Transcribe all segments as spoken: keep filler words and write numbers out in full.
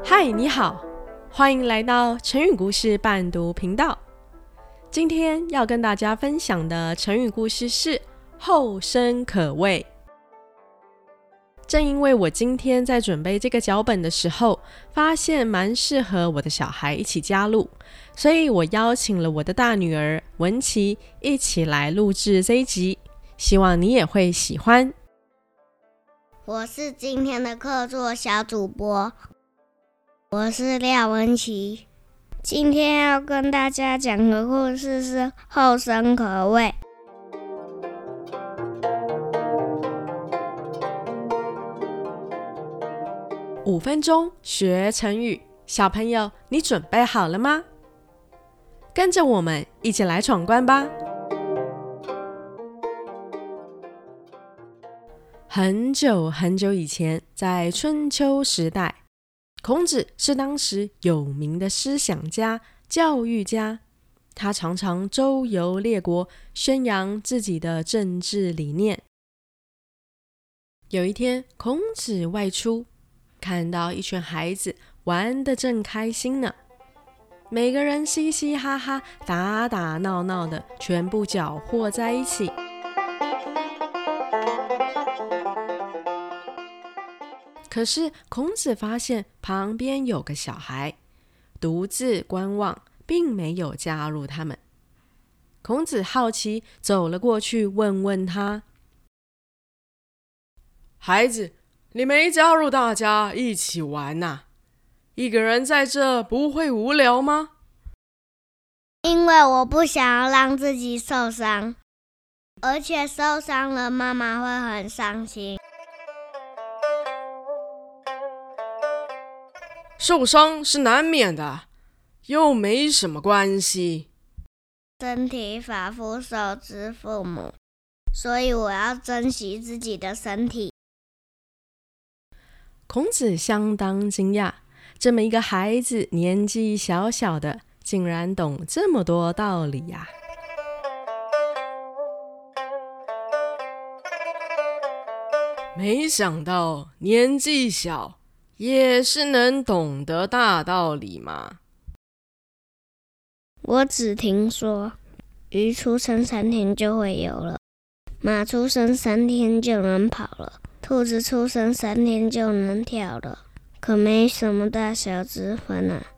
嗨，你好，欢迎来到成语故事伴读频道。今天要跟大家分享的成语故事是后生可畏。正因为我今天在准备这个脚本的时候，发现蛮适合我的小孩一起加入，所以我邀请了我的大女儿文琪一起来录制这一集，希望你也会喜欢。 我是今天的客座小主播，我是廖文琪。今天要跟大家讲的故事是后生可畏。 五分钟学成语，小朋友，你准备好了吗？跟着我们一起来闯关吧。很久很久以前，在春秋时代，孔子是当时有名的思想家、教育家。他常常周游列国，宣扬自己的政治理念。有一天，孔子外出，看到一群孩子玩得正开心呢，每个人嘻嘻哈哈、打打闹闹的，全部搅和在一起。可是孔子发现旁边有个小孩独自观望，并没有加入他们。孔子好奇走了过去，问问他：孩子，你没加入大家一起玩啊？一个人在这不会无聊吗？ 因为我不想要让自己受伤，而且受伤了妈妈会很伤心。 受伤是难免的，又没什么关系。 身体发肤受之父母，所以我要珍惜自己的身体。 孔子相当惊讶，这么一个孩子年纪小小的，竟然懂这么多道理呀、没想到年纪小也是能懂得大道理嘛。 我只听说鱼出生三天就会游了，马出生三天就能跑了，兔子出生三天就能跳了，可没什么大小之分啊。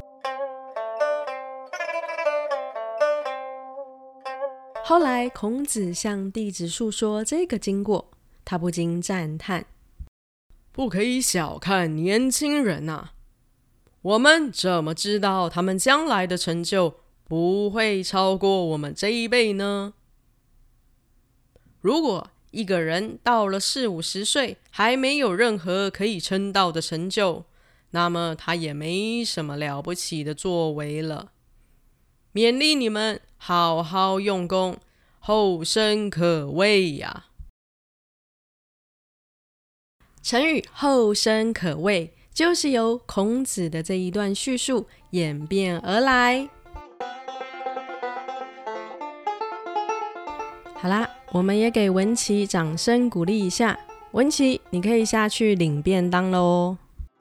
后来孔子向弟子述说这个经过，他不禁赞叹：不可以小看年轻人啊！我们怎么知道他们将来的成就不会超过我们这一辈呢？如果一个人到了四五十岁还没有任何可以称道的成就，那么他也没什么了不起的作为了。勉励你们好好用功，后生可畏呀！成语后生可畏就是由孔子的这一段叙述演变而来。好啦，我们也给文琪掌声鼓励一下。文琪，你可以下去领便当咯。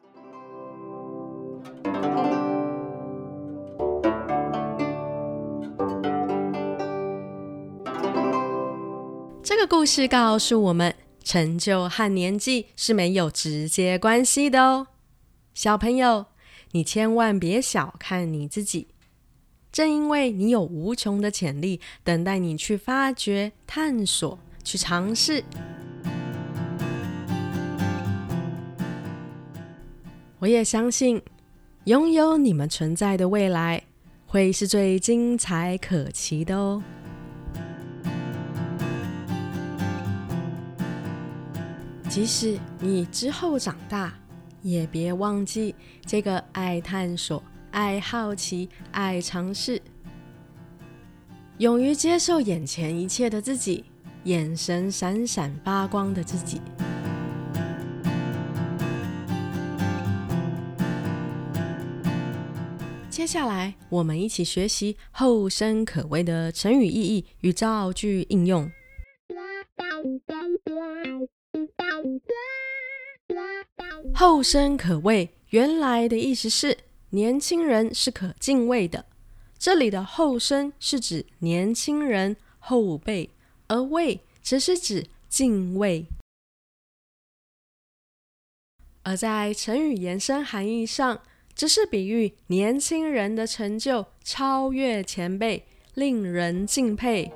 这个故事告诉我们，成就和年纪是没有直接关系的哦。小朋友，你千万别小看你自己，正因为你有无穷的潜力等待你去发掘、探索、去尝试。我也相信，拥有你们存在的未来，会是最精彩可期的哦。即使你之后长大，也别忘记这个爱探索、爱好奇、爱尝试、勇于接受眼前一切的自己，眼神闪闪发光的自己。接下来，我们一起学习后生可畏的成语意义与造句应用。后生可畏原来的意思是年轻人是可敬畏的，这里的后生是指年轻人后辈，而畏则是指敬畏。而在成语延伸含义上，只是比喻年轻人的成就超越前辈，令人敬佩。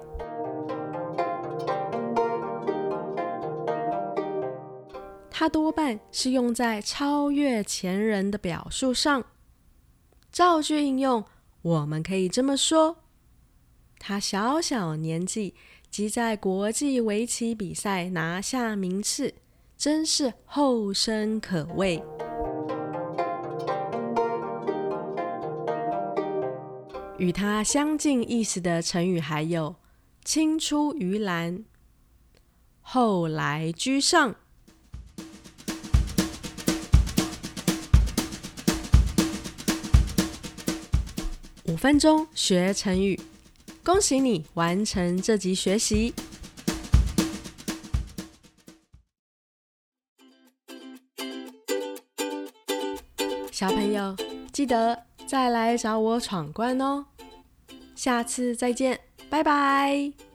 它多半是用在超越前人的表述上。造句应用，我们可以这么说：他小小年纪即在国际围棋比赛拿下名次，真是后生可畏。与它相近意思的成语还有青出于蓝、后来居上。五分钟学成语，恭喜你完成这集学习。小朋友，记得再来找我闯关哦。下次再见，拜拜。